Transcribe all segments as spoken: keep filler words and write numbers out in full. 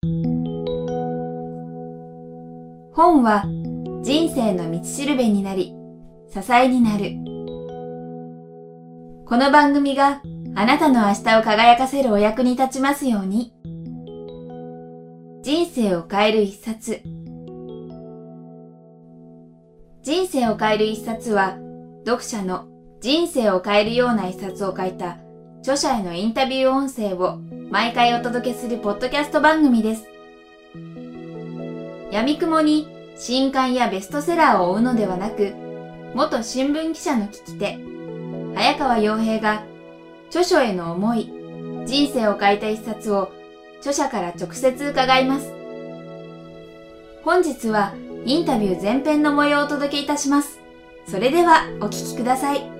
本は人生の道しるべになり、支えになる。この番組があなたの明日を輝かせるお役に立ちますように。人生を変える一冊。人生を変える一冊は、読者の人生を変えるような一冊を書いた著者へのインタビュー音声を毎回お届けするポッドキャスト番組です。闇雲に新刊やベストセラーを追うのではなく、元新聞記者の聞き手、早川洋平が著書への思い、人生を変えた一冊を著者から直接伺います。本日はインタビュー前編の模様をお届けいたします。それではお聞きください。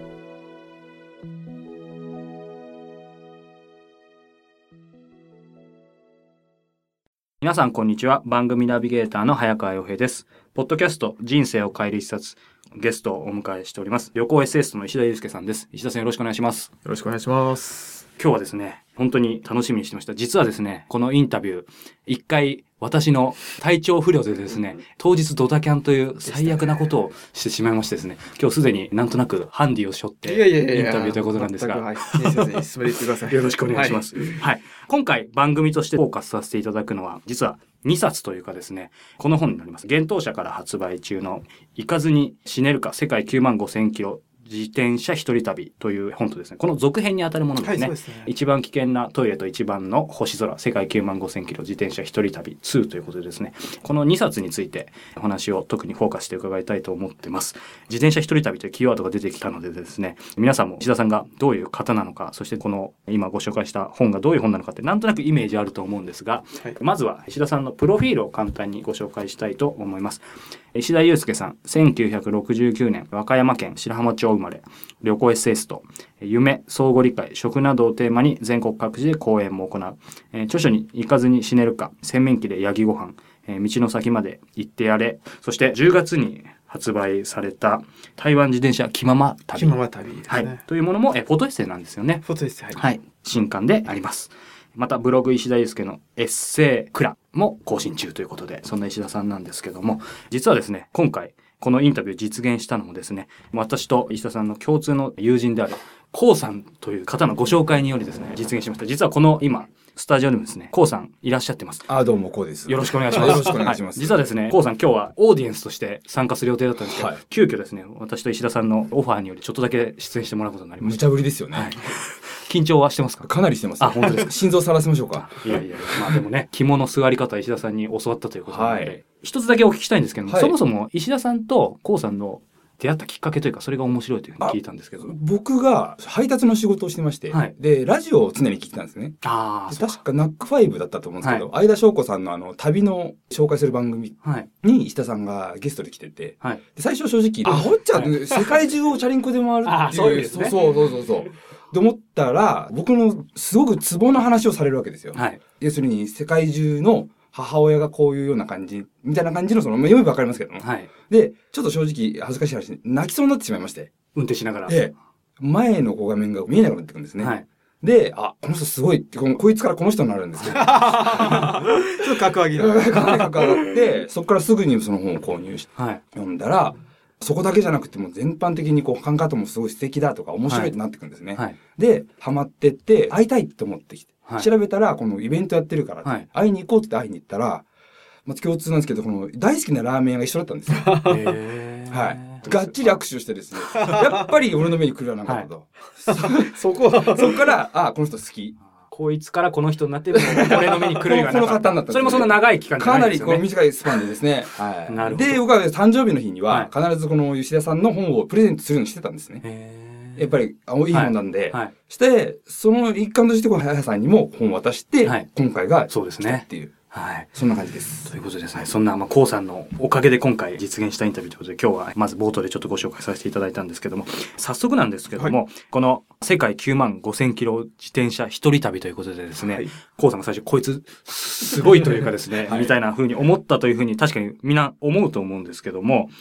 皆さんこんにちは。番組ナビゲーターの早川洋平です。ポッドキャスト人生を変える一冊、ゲストをお迎えしております。旅行エッセイストの石田祐介さんです。石田さんよろしくお願いします。 よろしくお願いします。 今日はですね、本当に楽しみにしてました。実はですね、このインタビュー、一回私の体調不良でですね、当日ドタキャンという最悪なことをしてしまいましてですね、今日すでになんとなくハンディを背負ってインタビューということなんですが、 はい、先生進めていってください。 よろしくお願いします。はい、はい。今回番組としてフォーカスさせていただくのは、実はにさつというかですね、この本になります。幻冬舎から発売中の行かずに死ねるか世界きゅうまんごせんキロ自転車一人旅という本とですね、この続編にあたるものですね。はい、そうですね。一番危険なトイレと一番の星空、世界きゅうまんごせんキロ自転車一人旅にということでですね、このにさつについてお話を特にフォーカスして伺いたいと思ってます。自転車一人旅というキーワードが出てきたのでですね、皆さんも石田さんがどういう方なのか、そしてこの今ご紹介した本がどういう本なのかってなんとなくイメージあると思うんですが、はい、まずは石田さんのプロフィールを簡単にご紹介したいと思います。石田祐介さん、せんきゅうひゃくろくじゅうきゅうねん和歌山県白浜町生まれ、旅行エッセイスト、夢、相互理解、食などをテーマに全国各地で講演も行う、えー、著書に行かずに死ねるか、洗面器でヤギご飯、えー、道の先まで行ってやれ、そしてじゅうがつに発売された台湾自転車気まま旅、 気まま旅ですね、 はい、というものも、えー、フォトエッセイなんですよね。 フォトエッセイ、はい、 はい、新刊であります。またブログ石田祐介のエッセイクラも更新中ということで、そんな石田さんなんですけども、実はですね、今回このインタビュー実現したのもですね、私と石田さんの共通の友人であるコウさんという方のご紹介によりですね、実現しました。実はこの今スタジオでもですね、コウさんいらっしゃってます。 あ、どうもコウです。 よろしくお願いします。 よろしくお願いします。 はい、実はですね、コウさん今日はオーディエンスとして参加する予定だったんですけど、はい、急遽ですね、私と石田さんのオファーによりちょっとだけ出演してもらうことになりました。 無茶ぶりですよね。はい、 緊張はしてますか？ かなりしてます、ね。 あ、本当ですか？ 心臓さらしましょうか。 いやいや、まあでもね、肝の座り方は石田さんに教わったということなので、はい、一つだけお聞きしたいんですけども、はい、そもそも石田さんとコウさんの出会ったきっかけというか、それが面白いというふうに聞いたんですけど、 僕が配達の仕事をしてまして、はい、でラジオを常に聞いてたんですね。ああ、確かナックファイブだったと思うんですけど、はい、相田翔子さんのあの旅の紹介する番組に石田さんがゲストで来てて、はい、で最初正直あほっちゃん、はい、世界中をチャリンコで回るっていうそうですね、そうそうそうそうと思ったら、僕のすごくツボの話をされるわけですよ。はい、要するに世界中の母親がこういうような感じみたいな感じの、その読めばわかりますけども、はい、でちょっと正直恥ずかしい話、泣きそうになってしまいまして、 運転しながら、 で前の画面が見えなくなってくるんですね。はい、で、あ、この人すごいってこのこいつからこの人になるんですけどちょっと格上げな格上がってそこからすぐにその本を購入して、はい、読んだら、そこだけじゃなくても全般的にこう考え方もすごい素敵だとか面白いってなってくるんですね。はい、でハマってって会いたいって思ってきて、はい、調べたらこのイベントやってるから、はい、会いに行こうって会いに行ったら、まあ、共通なんですけどこの大好きなラーメン屋が一緒だったんですよ。へー、はい、がっちり握手してですねやっぱり俺の目に来るわなかったと、はい、そ, そこそこからあこの人好き、 こいつからこの人になってるの俺の目に来るようなこの方になったんです、ね、 それもそんな長い期間じゃないですよね。 かなりこう短いスパンでですね、はい、なるほど。で僕は誕生日の日には必ずこの吉田さんの本をプレゼントするようにしてたんですね。へやっぱりいい本なんで、はいはい、してその一環としてこの早さんにも本を渡して、はい、今回がそうですねっていう、はい、そんな感じです。 ということですね。そんなまあコウさんのおかげで今回実現したインタビューということで、今日はまず冒頭でちょっとご紹介させていただいたんですけども、早速なんですけども、はい、この世界きゅうまんごせんキロ自転車一人旅ということでですね、はい、コウさんが最初こいつすごいというかですね、はい、みたいな風に思ったという風に確かにみんな思うと思うんですけども、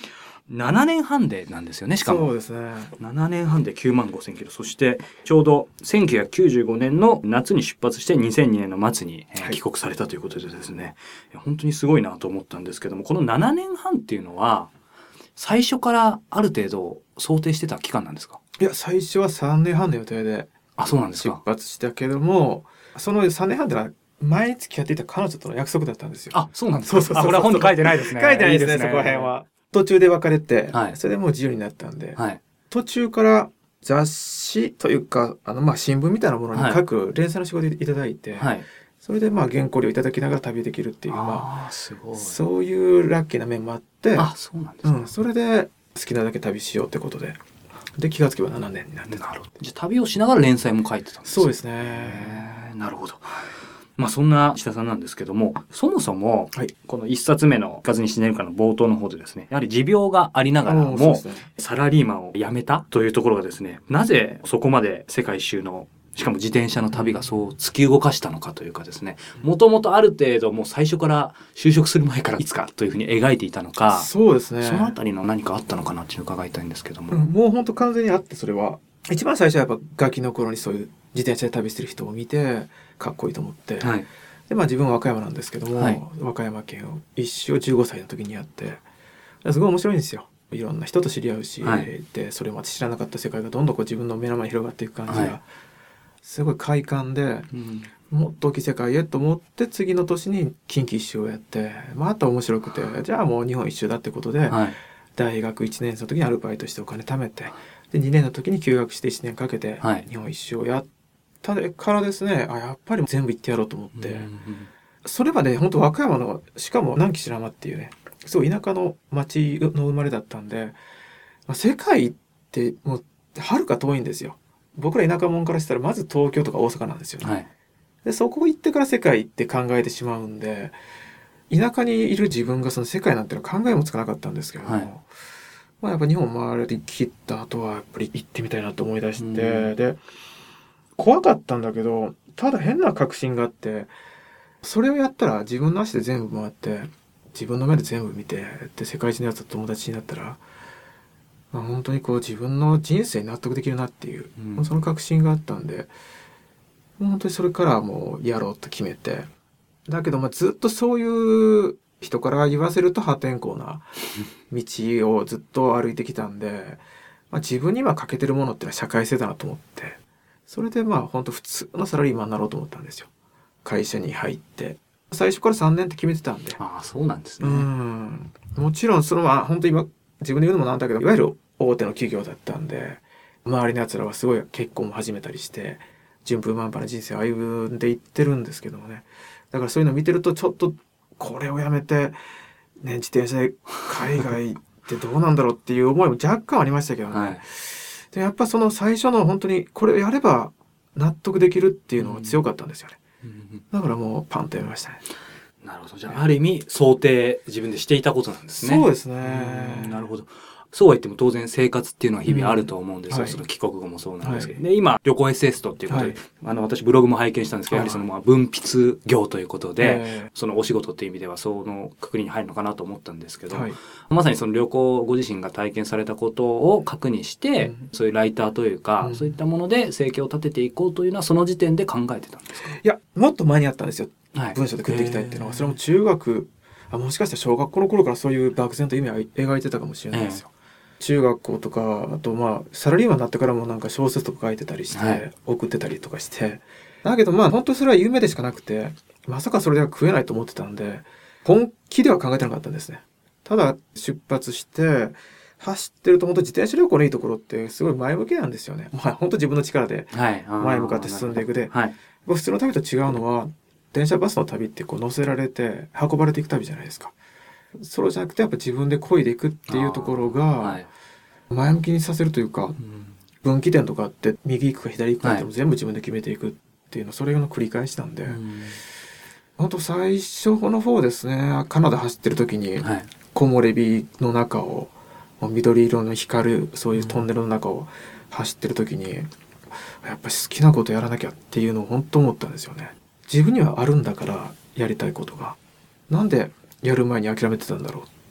ななねんはんでなんですよね。しかもそうですね。 ななねんはんできゅうまんごせんキロ、そしてちょうどせんきゅうひゃくきゅうじゅうごねんの夏に出発してにせんにねんの末に、えーはい帰国されたということでですね、いや本当にすごいなと思ったんですけども、このななねんはんっていうのは最初からある程度想定してた期間なんですか？ いや最初はさんねんはんの予定であ、そうなんです出か。 発したけども、そのさんねんはんってのは前に付き合っていた彼女との約束だったんですよ。 あ、そうなんですか。 そうそうそうそうあ、これは本に書いてないですね。 書いてないですね、 いそこら辺は。途中で別れて、 はいそれでもう自由になったんで、 はい。 途中から雑誌というかあのまあ新聞みたいなものにはい書く連載の仕事をいただいて、 はい。 それでまあ原稿料いただきながら旅できるっていう、まああ、すごあい。 そういうラッキーな面もあって、 あ、そうなんですか。 うん、それで好きなだけ旅しようってことで、で気がつけばななねんになってた。 なるほど。じゃあ旅をしながら連載も書いてたんですそうですすね。 ね。 へーなるほど。まあそんな石田さんなんですけども、そもそもはい。 この一冊目の「行かずに死ねるか」の冒頭の方でですね、やはり持病がありながらあーそうもですねサラリーマンを辞めたというところがですね、なぜそこまで世界一周のしかも自転車の旅がそう突き動かしたのかというかですね、もともとある程度もう最初から就職する前からいつかというふうに描いていたのか、 そうですね。 そのあたりの何かあったのかなっていうのを伺いたいんですけども。 うんもう本当完全にあって、それは一番最初はやっぱガキの頃にそういう自転車で旅してる人を見てかっこいいと思って、 はい。 でまあ自分は和歌山なんですけども、 はい和歌山県を一生じゅうごさいの時にやって、すごい面白いんですよ。いろんな人と知り合うし、 はいでそれまで知らなかった世界がどんどんこう自分の目の前に広がっていく感じが、 はいすごい快感で、 うんもっと大きい世界へと思って、次の年に近畿一周をやって、また面白くて、じゃあもう日本一周だってことで、 はい。 大学いちねん生の時にアルバイトしてお金貯めて、でにねんの時に休学していちねんかけてはい日本一周をやったからですね、あやっぱり全部行ってやろうと思って、 うんそれまで本当和歌山のしかも南紀白浜っていうね、すごい田舎の町の生まれだったんで、まあ、世界ってもうはるか遠いんですよ。僕ら田舎者からしたらまず東京とか大阪なんですよね。 はい。 でそこ行ってから世界って考えてしまうんで、田舎にいる自分がその世界なんてのは考えもつかなかったんですけれども、 はいまあやっぱ日本回りきった後はやっぱり行ってみたいなと思い出して、 うんで怖かったんだけど、ただ変な確信があって、それをやったら自分の足で全部回って自分の目で全部見て、で世界中のやつと友達になったら、まあ、本当にこう自分の人生に納得できるなっていう、 うんその確信があったんで、もう本当にそれからはもうやろうと決めて、だけどまあずっとそういう人から言わせると破天荒な道をずっと歩いてきたんで、まあ、自分には欠けてるものっていうのは社会性だなと思って、それでまあ本当普通のサラリーマンになろうと思ったんですよ。会社に入って最初からさんねんって決めてたんで、 ああ、そうなんですうね。 んもちろんそのまあ本当今自分で言うのもなんだけど、いわゆる大手の企業だったんで、周りのやつらはすごい結婚も始めたりして順風満帆な人生を歩んでいってるんですけどもね、だからそういうのを見てるとちょっとこれをやめて、ね、自転車で海外ってどうなんだろうっていう思いも若干ありましたけどね、 はい。 でやっぱその最初の本当にこれをやれば納得できるっていうのが強かったんですよね、 うんだからもうパンとやめましたね。 なるほど。じゃあ、ある意味、想定、自分でしていたことなんですね。 そうですうねんなるほど。そうは言っても当然生活っていうのは日々あると思うんですよ。 うんはいその帰国後もそうなんですけど。 はで、今、旅行エッセイストっていうことで、 はいあの、私ブログも拝見したんですけど、 はいやはりそのまあ文筆業ということで、 えそのお仕事っていう意味ではそのくくりに入るのかなと思ったんですけど、 ーはいまさにその旅行をご自身が体験されたことを核にして、 うんそういうライターというか、 うんそういったもので生計を立てていこうというのはその時点で考えてたんですか？ いやもっと前にあったんですよ、 はい文章で食っていきたいっていうのは。 へーそれも中学あもしかしたら小学校の頃からそういう漠然と夢を描いてたかもしれないですよ、中学校とかあとまあサラリーマンになってからもなんか小説とか書いてたりして、 はい送ってたりとかして、だけどまあ本当にそれは夢でしかなくて、まさかそれでは食えないと思ってたんで本気では考えてなかったんですね。ただ出発して走ってると本当自転車旅行のいいところってすごい前向きなんですよね。まあ本当自分の力ではい。 前向かって進んでいくで、 はい。 普通の旅と違うのは電車バスの旅ってこう乗せられて運ばれていく旅じゃないですか。そうじゃなくてやっぱ自分で漕いでいくっていうところがはい。 前向きにさせるというか、 うん分岐点とかあって右行くか左行くかってはいも全部自分で決めていくっていうの、それの繰り返しなんで、 うん本当最初の方ですね、カナダ走ってる時にはい。 木漏れ日の中をもう緑色の光るそういうトンネルの中を走ってる時に、やっぱり好きなことやらなきゃっていうのを本当思ったんですよね。自分にはあるんだからやりたいことが、なんでやる前に諦めてたんだろうって。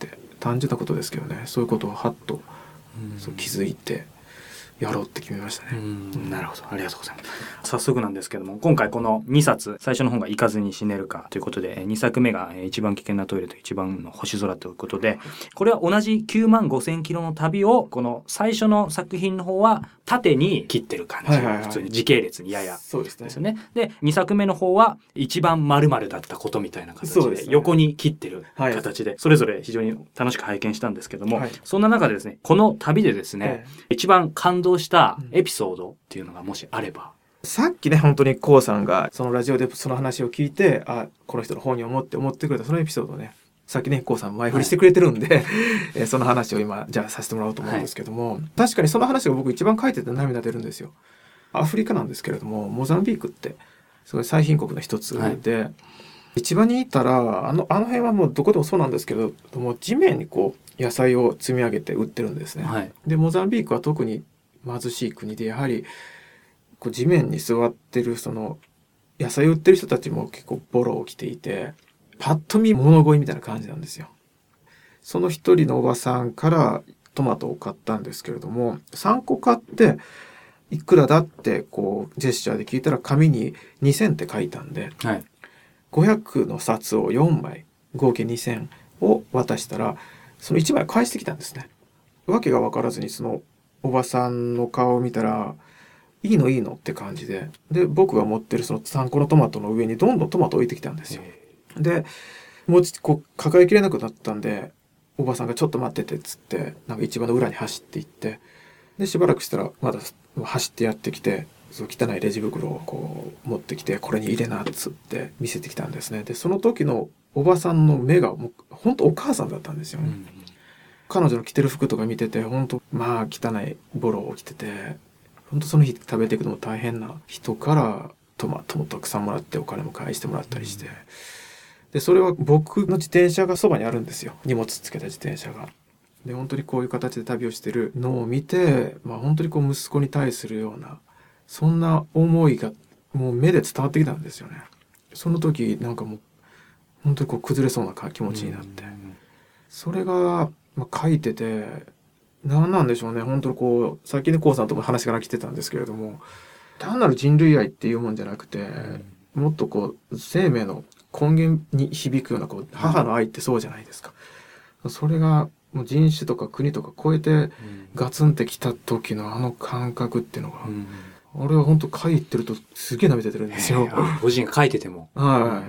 単純なことですけどね、そういうことをはっと、うん、そう気づいてやろうって決めましたね。 うん、なるほど、ありがとうございます。早速なんですけども、今回このにさつ、最初の本が行かずに死ねるかということで、にさくめが一番危険なトイレと一番の星空ということで、これは同じきゅうまんごせんキロの旅を、この最初の作品の方は縦に切ってる感じ、はいはいはい、普通に時系列にややそうですね。 ですよね。でにさくめの方は一番丸々だったことみたいな形で横に切ってる形で、それぞれ非常に楽しく拝見したんですけども、はい、そんな中でですね、この旅でですね、はい、一番感動したエピソードっていうのがもしあれば。 さっきね、本当にコウさんがそのラジオでその話を聞いて、あ、この人の本に思って思ってくれたそのエピソードをね、さっきね、コウさん前振りしてくれてるんで、はい、えその話を今じゃあさせてもらおうと思うんですけども、はい、確かにその話が僕一番書いてて涙出るんですよ。アフリカなんですけれども、モザンビークってすごい最貧国の一つで、はい、市場にいたらあのあの辺はもうどこでもそうなんですけど、もう地面にこう野菜を積み上げて売ってるんですね。はい、でモザンビークは特に貧しい国で、やはりこう地面に座ってるその野菜を売ってる人たちも結構ボロを着ていて、パッと見物乞いみたいな感じなんですよ。その一人のおばさんからトマトを買ったんですけれども、さんこ買っていくらだってこうジェスチャーで聞いたら紙ににせんって書いたんで、はい、ごひゃくの札をよんまい合計にせんを渡したら、そのいちまい返してきたんですね。わけが分からずにそのおばさんの顔を見たら、いいのいいのって感じで、で僕が持ってるそのさんこのトマトの上にどんどんトマト置いてきたんですよ。でもうこう抱えきれなくなったんで、おばさんがちょっと待っててっつってなんか市場の裏に走っていって、でしばらくしたらまだ走ってやってきて、そう汚いレジ袋をこう持ってきて、これに入れなっつって見せてきたんですね。でその時のおばさんの目がもう本当お母さんだったんですよね。うん、彼女の着てる服とか見てて、本当まあ汚いボロを着てて、本当その日食べていくのも大変な人からトマトもたくさんもらってお金も返してもらったりして、でそれは僕の自転車がそばにあるんですよ、荷物つけた自転車が。で本当にこういう形で旅をしてるのを見て、まあ、本当にこう息子に対するようなそんな思いがもう目で伝わってきたんですよね。その時なんかもう本当にこう崩れそうな気持ちになって、それが、まあ、書いてて何なんでしょうね。本当にこう先にコウさんとも話から来てたんですけれども、単なる人類愛っていうもんじゃなくて、もっとこう生命の根源に響くようなこう母の愛ってそうじゃないですか。それがもう人種とか国とか超えてガツンってきた時のあの感覚っていうのが、うん、俺は本当書いてるとすげえ涙出てるんですよ。 ご自身が書いてても、 はい、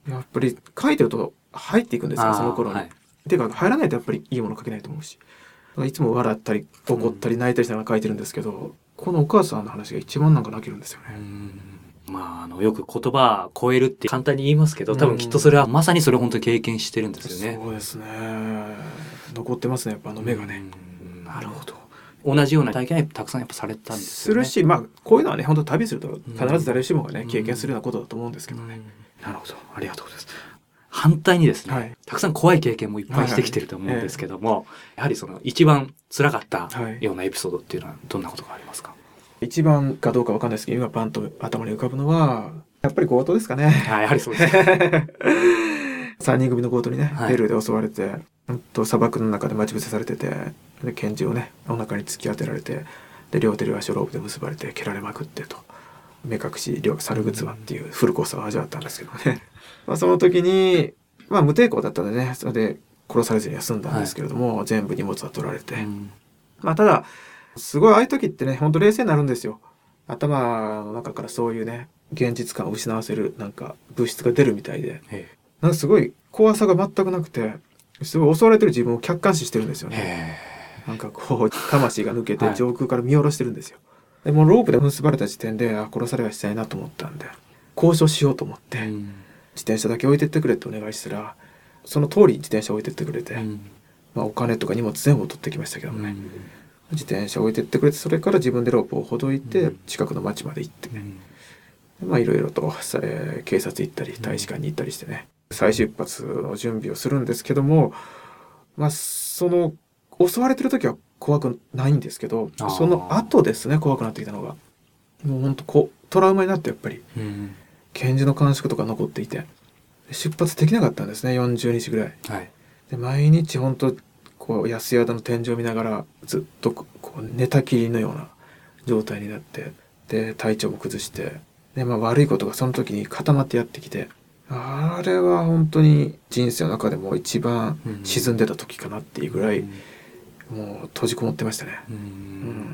やっぱり書いてると入っていくんですよ、その頃に。はい、てか入らないとやっぱりいいもの書けないと思うし、いつも笑ったり怒ったり泣いたりしながら書いてるんですけど、うん、このお母さんの話が一番なんか泣けるんですよね。うん、 まあ、あのよく言葉超えるって簡単に言いますけど、多分きっとそれはまさにそれを本当に経験してるんですよね。 そうですね、残ってますね、やっぱあの目がね。 うん、なるほど。同じような体験はたくさんやっぱされたんですよね。 するし、まあこういうのはね、本当旅すると必ず誰しもがね、経験するようなことだと思うんですけどね。 なるほど、ありがとうございます。反対にですね、はい、たくさん怖い経験もいっぱいしてきてると思うんですけども、はいはい、やはりその一番辛かったようなエピソードっていうのはどんなことがありますか？ 一番かどうかわかんないですけど、今パンと頭に浮かぶのはやっぱり強盗ですかね。 はい、やはりそうですね。 さんにん組の強盗にね、はい、ペルーで襲われて、本当砂漠の中で待ち伏せされてて、で拳銃をねお腹に突き当てられて、で両手両足をロープで結ばれて蹴られまくってと、目隠し猿ぐつわっていうフルコースを味わったんですけどね。まあその時にまあ無抵抗だったんでね、それで殺されずには済んだんですけれども、はい、全部荷物は取られて、うん、まあただすごいああいう時ってね、本当冷静になるんですよ。頭の中からそういうね現実感を失わせるなんか物質が出るみたいで、なんかすごい怖さが全くなくて、すごい襲われてる自分を客観視してるんですよね。なんかこう魂が抜けて上空から見下ろしてるんですよ。はい、でもロープで結ばれた時点で、あ、殺されはしたいなと思ったんで交渉しようと思って、うん、自転車だけ置いてってくれってお願いしたら、その通り自転車置いてってくれて、うん、まあ、お金とか荷物全部取ってきましたけどね、うん、自転車置いてってくれて、それから自分でロープをほどいて近くの町まで行ってね、うん、まあいろいろと、えー、警察行ったり大使館に行ったりしてね、再出発の準備をするんですけども、まあその襲われてる時は怖くないんですけど、その後ですね、怖くなってきたのが、もうほんとこうトラウマになって、やっぱり、うん、拳銃の感触とか残っていて出発できなかったんですね、よんじゅうにちぐらい、はい、で毎日ほんとこう安宿の天井を見ながらずっとこう寝たきりのような状態になって、で体調も崩して、で、まあ、悪いことがその時に固まってやってきて、あれは本当に人生の中でも一番沈んでた時かなっていうぐらい、もう閉じこもってましたね。うん、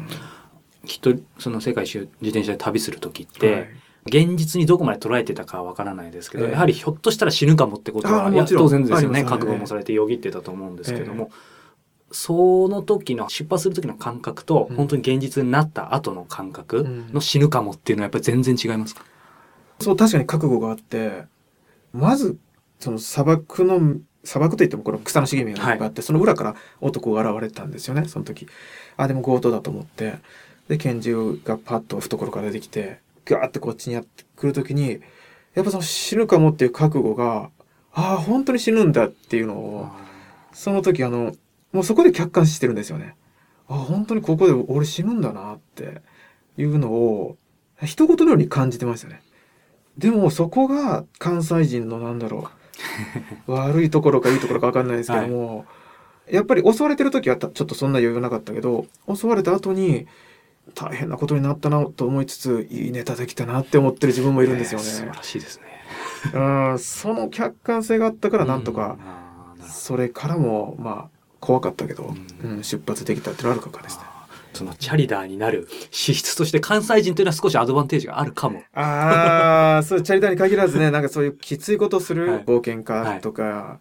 きっとその世界一周自転車で旅する時って、はい、現実にどこまで捉えてたかはわからないですけど、えー、やはりひょっとしたら死ぬかもってことは当然ですよね。覚悟もされてよぎってたと思うんですけども、えー、その時の出発する時の感覚と、うん、本当に現実になった後の感覚の死ぬかもっていうのはやっぱり全然違いますか？ うん、そう、確かに覚悟があって、まずその砂漠の砂漠といってもこの草の茂みがいっぱいあって、はい、その裏から男が現れたんですよね。その時あでも強盗だと思って、で拳銃がパッと懐から出てきてガーッとこっちにやってくる時に、やっぱその死ぬかもっていう覚悟が、ああ本当に死ぬんだっていうのをその時あのもうそこで客観視してるんですよね。ああ本当にここで俺死ぬんだなっていうのを一言のように感じてましたね。でもそこが関西人のなんだろう悪いところかいいところか分かんないですけども、はい、やっぱり襲われてる時はちょっとそんな余裕なかったけど、襲われた後に大変なことになったなと思いつつ、いいネタできたなって思ってる自分もいるんですよね。 素晴らしいですね。 うんその客観性があったからなんとか、うん、それからもまあ怖かったけど、うんうん、出発できたってのはあるかですね。 そのチャリダーになる資質として関西人というのは少しアドバンテージがあるかも。 ああ、そうチャリダーに限らずね、なんかそういうきついことをする冒険家とか、はいはい、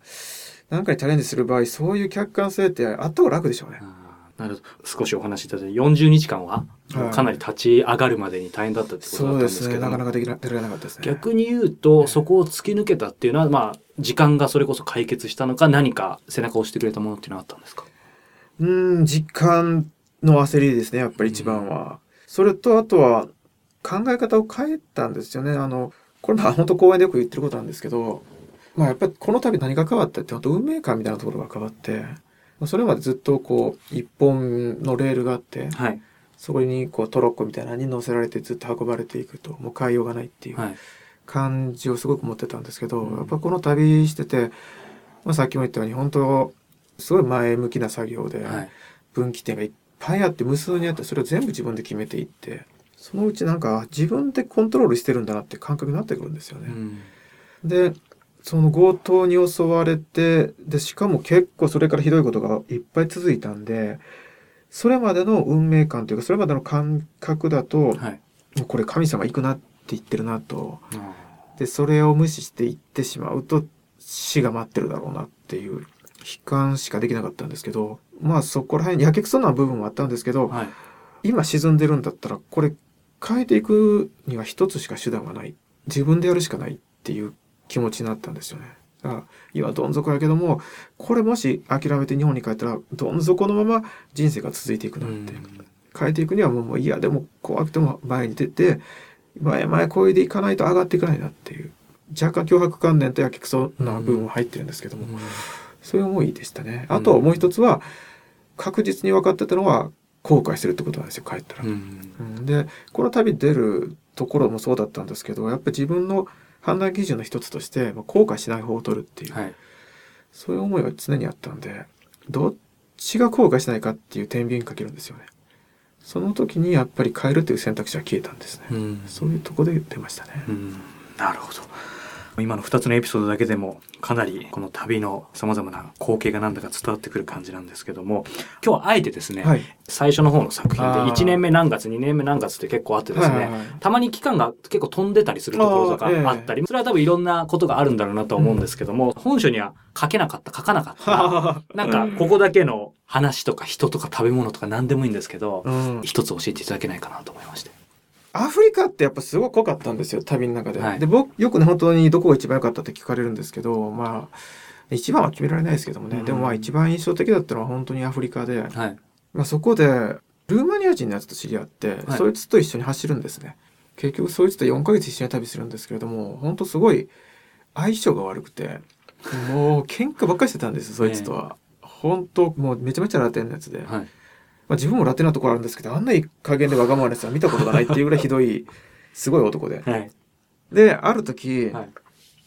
なんかにチャレンジする場合、そういう客観性ってあった方が楽でしょうね。 なるほど。少しお話しいただいてよんじゅうにちかんは、はい、かなり立ち上がるまでに大変だったってことだったんですけど、そうですね、 なかなかできな出られなかったですね。 逆に言うと、そこを突き抜けたっていうのは、まあ時間がそれこそ解決したのか、何か背中を押してくれたものっていうのはあったんですか？ うーん時間の焦りですね、やっぱり一番は。うん、それとあとは考え方を変えたんですよね。あのこれは本当公園でよく言ってることなんですけど、まあやっぱりこの度何が変わったって本当運命感みたいなところが変わって、それまでずっとこう一本のレールがあって、はい、そこにこうトロッコみたいなのに乗せられてずっと運ばれていくと、もう変えようがないっていう感じをすごく持ってたんですけど、はい、やっぱこの旅してて、まあ、さっきも言ったように本当すごい前向きな作業で、はい、分岐点がいっぱいあって無数にあって、それを全部自分で決めていって、そのうちなんか自分でコントロールしてるんだなって感覚になってくるんですよね。うん、でその強盗に襲われて、でしかも結構それからひどいことがいっぱい続いたんで、それまでの運命感というかそれまでの感覚だと、はい、もうこれ神様行くなって言ってるなと、うん、でそれを無視して行ってしまうと死が待ってるだろうなっていう悲観しかできなかったんですけど、まあそこら辺やけくそな部分もあったんですけど、はい、今沈んでるんだったらこれ変えていくには一つしか手段がない、自分でやるしかないっていう気持ちになったんですよね。だから今どん底やけども、これもし諦めて日本に帰ったらどん底のまま人生が続いていくなって、変えていくにはもういやでも怖くても前に出て前々こいでいかないと上がっていかないなっていう若干脅迫観念とやけくそな部分は入ってるんですけども、そういう思いでしたね。あともう一つは確実に分かってたのは後悔するってことなんですよ、帰ったら。うん、でこの旅出るところもそうだったんですけど、やっぱり自分の判断基準の一つとして、まあ、後悔しない方を取るっていう、はい、そういう思いは常にあったんで、どっちが後悔しないかっていう天秤かけるんですよね。その時にやっぱり変えるという選択肢は消えたんですね。うん、そういうところで出ましたね。 うん、なるほど。今のふたつのエピソードだけでもかなりこの旅のさまざまな光景がなんだか伝わってくる感じなんですけども、今日はあえてですね、はい、最初の方の作品でいちねんめ何月にねんめ何月って結構あってですね、はいはいはい、たまに期間が結構飛んでたりするところとかあったり、えー、それは多分いろんなことがあるんだろうなと思うんですけども、うん、本書には書けなかった書かなかったなんかここだけの話とか人とか食べ物とか何でもいいんですけど、うん、一つ教えていただけないかなと思いまして。 アフリカってやっぱすごく濃かったんですよ、旅の中で。はい、で僕よくね本当にどこが一番良かったって聞かれるんですけど、まあ一番は決められないですけどもね、うん、でもまあ一番印象的だったのは本当にアフリカで、はい、まあ、そこでルーマニア人のやつと知り合って、はい、そいつと一緒に走るんですね。結局そいつとよんかげつ一緒に旅するんですけれども、本当すごい相性が悪くてもう喧嘩ばっかりしてたんですそいつとは。本当もうめちゃめちゃラテンのやつで、はい、まあ、自分もラテンなところあるんですけど、あんないい加減でわがままなやつは見たことがないっていうぐらいひどいすごい男で、はい、である時、はい、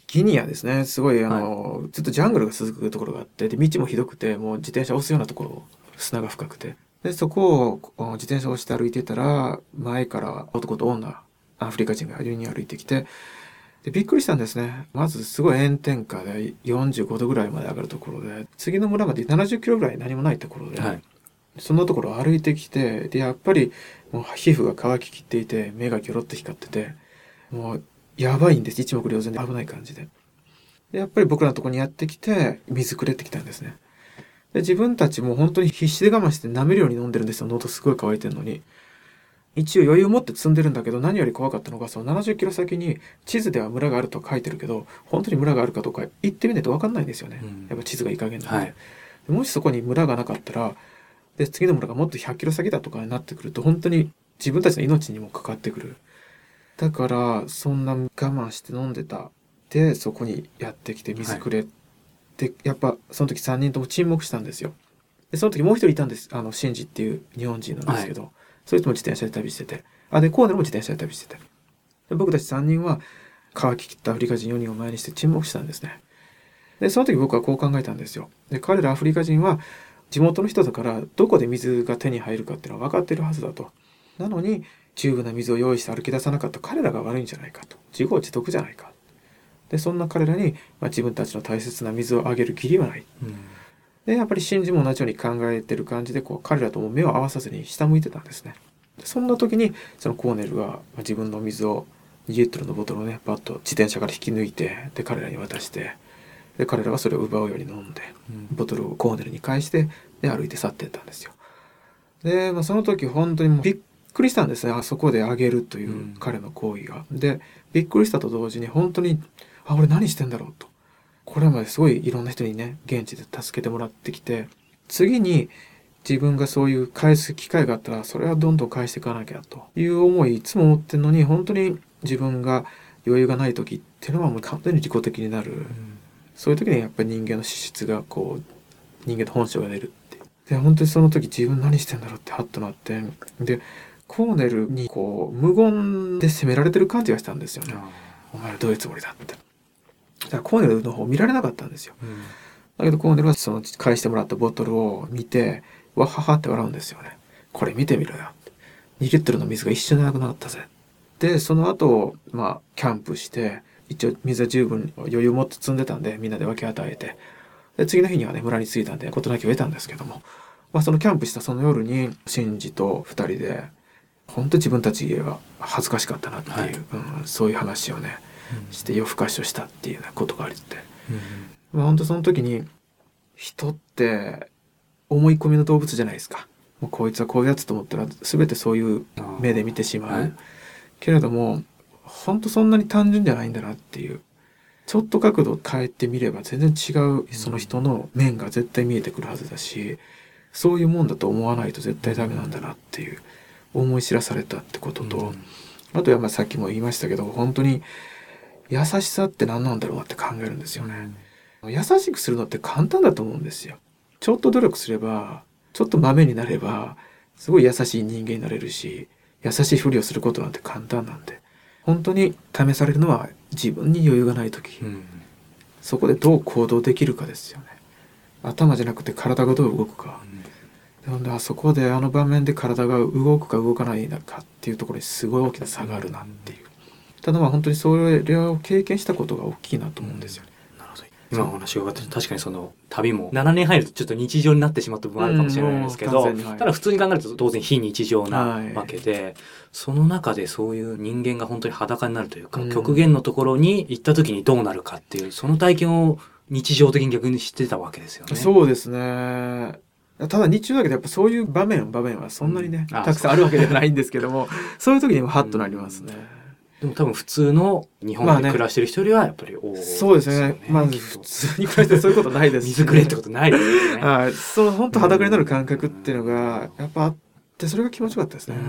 ギニアですね。すごい、あの、はい、ずっとジャングルが続くところがあって、で、道もひどくて、もう自転車を押すようなところ、砂が深くて。で、そこを自転車を押して歩いてたら、前から男と女、アフリカ人が順に歩いてきて、で、びっくりしたんですね。まずすごい炎天下でよんじゅうごどぐらいまで上がるところで、次の村までななじゅっキロぐらい何もないところで、はい、そんなところを歩いてきて、で、やっぱりもう皮膚が乾ききっていて、目がギョロッと光ってて、もうやばいんです。一目瞭然で危ない感じで。で、やっぱり僕らのところにやってきて、水くれってきたんですね。で、自分たちも本当に必死で我慢して舐めるように飲んでるんですよ。喉すごい乾いてるのに。一応余裕を持って積んでるんだけど、何より怖かったのが、そのななじゅっキロ先に地図では村があると書いてるけど、本当に村があるかどうか行ってみないと分かんないんですよね。うん、やっぱ地図がいい加減なんで、はい、もしそこに村がなかったら、で、次の村がもっとひゃっキロ先だとかになってくると、本当に自分たちの命にもかかってくる。だから、そんな我慢して飲んでた。で、そこにやってきて水くれ。はい、で、やっぱその時さんにんとも沈黙したんですよ。で、その時もう一人いたんです。あの、シンジっていう日本人なんですけど、はい、そいつも自転車で旅してて。あ、で、コーネルも自転車で旅してて。で、僕たちさんにんは乾ききったアフリカ人よにんを前にして沈黙したんですね。で、その時僕はこう考えたんですよ。で、彼らアフリカ人は地元の人だからどこで水が手に入るかっていうのは分かってるはずだと。なのに十分な水を用意して歩き出さなかった彼らが悪いんじゃないかと。自業自得じゃないか。で、そんな彼らに、まあ、自分たちの大切な水をあげる義理はない。うん、で、やっぱりシンジも同じように考えてる感じで、こう彼らとも目を合わさずに下向いてたんですね。で、そんな時にそのコーネルが、まあ、自分の水をにリットルのボトルをね、バッと自転車から引き抜いて、で、彼らに渡して、で、彼らはそれを奪うように飲んで、うん、ボトルをコーネルに返して、で、歩いて去っていったんですよ。で、まあ、その時本当にもうびっくりしたんですね。あそこであげるという彼の行為が。うん、で、びっくりしたと同時に本当に、あ、俺何してんだろうと。これまですごいいろんな人にね、現地で助けてもらってきて、次に自分がそういう返す機会があったら、それはどんどん返していかなきゃという思いいつも持ってるのに、本当に自分が余裕がない時っていうのはもう完全に自己的になる。うん、そういう時にやっぱり人間の資質がこう、人間の本性が出るって。で、本当にその時自分何してんだろうってハッとなって、で、コーネルにこう、無言で責められてる感じがしたんですよね。お前らどういうつもりだって。だからコーネルの方見られなかったんですよ。うん、だけどコーネルはその返してもらったボトルを見て、わははって笑うんですよね。これ見てみろよ。にリットルの水が一瞬でなくなったぜ。で、その後、まあ、キャンプして、一応水は十分余裕を持って積んでたんで、みんなで分け与えて、で、次の日にはね、村に着いたんで、事なきを得たんですけども、まあ、そのキャンプしたその夜に、シンジと二人で、本当自分たちが恥ずかしかったなっていう、はい、うん、そういう話をね、して夜更かしをしたっていうようなことがありって、うん、まあ、本当その時に人って思い込みの動物じゃないですか。もうこいつはこういうやつと思ったら全てそういう目で見てしまう、はい、けれども本当そんなに単純じゃないんだなっていう、ちょっと角度を変えてみれば全然違うその人の面が絶対見えてくるはずだし、そういうもんだと思わないと絶対ダメなんだなっていう思い知らされたってことと、うん、あとはまあさっきも言いましたけど、本当に優しさって何なんだろうなって考えるんですよね。うん、優しくするのって簡単だと思うんですよ。ちょっと努力すれば、ちょっとマメになれば、すごい優しい人間になれるし、優しいふりをすることなんて簡単なんで、本当に試されるのは自分に余裕がないとき、うん、そこでどう行動できるかですよね。頭じゃなくて体がどう動くか。うん、なのであそこであの場面で体が動くか動かないのかっていうところにすごい大きな差があるなっていう。ただまあ本当にそれを経験したことが大きいなと思うんですよね。 うん、なるほど。今お話が分かって、確かにその旅もななねん入るとちょっと日常になってしまった部分あるかもしれないですけど、うん、はい、ただ普通に考えると当然非日常なわけで、はい、その中でそういう人間が本当に裸になるというか、うん、極限のところに行った時にどうなるかっていうその体験を日常的に逆にしてたわけですよね。 そうですね。ただ日中だけどやっぱそういう場面場面はそんなにね、うん、たくさんあるわけではないんですけども、そういう時にもハッとなりますね。 うん、でも多分普通の日本で暮らしてる人よりはやっぱり、まあね、 そうですね。まず普通に暮らしてそういうことないですし、 水くれってことないですよね。 はい、その本当裸になる感覚っていうのがやっぱあって、それが気持ちよかったですね。うん、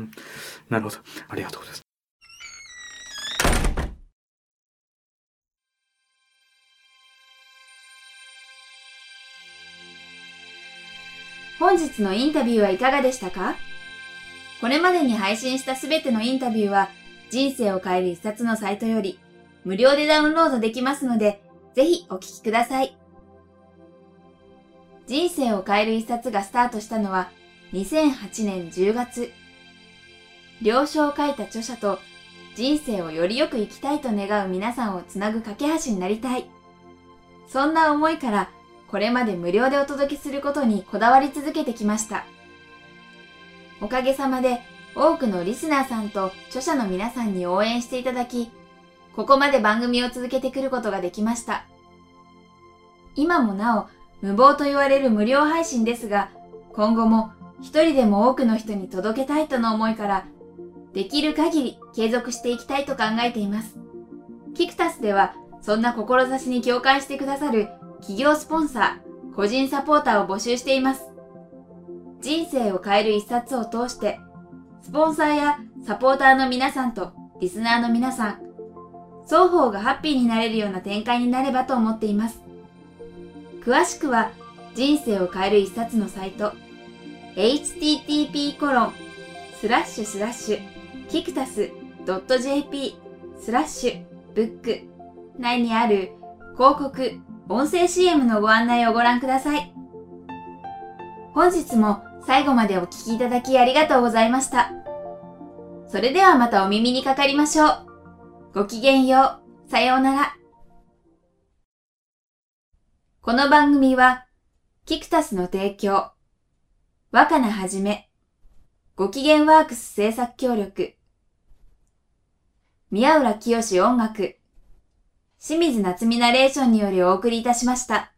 なるほど、ありがとうございます。 本日のインタビューはいかがでしたか？これまでに配信したすべてのインタビューは人生を変える一冊のサイトより無料でダウンロードできますので、ぜひお聞きください。人生を変える一冊がスタートしたのはにせんはちねんじゅうがつ。了承を書いた著者と人生をよりよく生きたいと願う皆さんをつなぐ架け橋になりたい。そんな思いからこれまで無料でお届けすることにこだわり続けてきました。おかげさまで多くのリスナーさんと著者の皆さんに応援していただき、ここまで番組を続けてくることができました。今もなお無謀と言われる無料配信ですが、今後も一人でも多くの人に届けたいとの思いから、できる限り継続していきたいと考えています。キクタスではそんな志に共感してくださる企業スポンサー、個人サポーターを募集しています。人生を変える一冊を通して、スポンサーやサポーターの皆さんとリスナーの皆さん、双方がハッピーになれるような展開になればと思っています。詳しくは人生を変える一冊のサイト エイチティーティーピーコロンスラッシュスラッシュキクタスドットジェーピースラッシュブック内にある広告、音声 シーエム のご案内をご覧ください。本日も最後までお聞きいただきありがとうございました。それではまたお耳にかかりましょう。ごきげんよう。さようなら。この番組は、キクタスの提供、若菜はじめ、ごきげんワークス制作協力、宮浦清志音楽、清水夏美ナレーションによりお送りいたしました。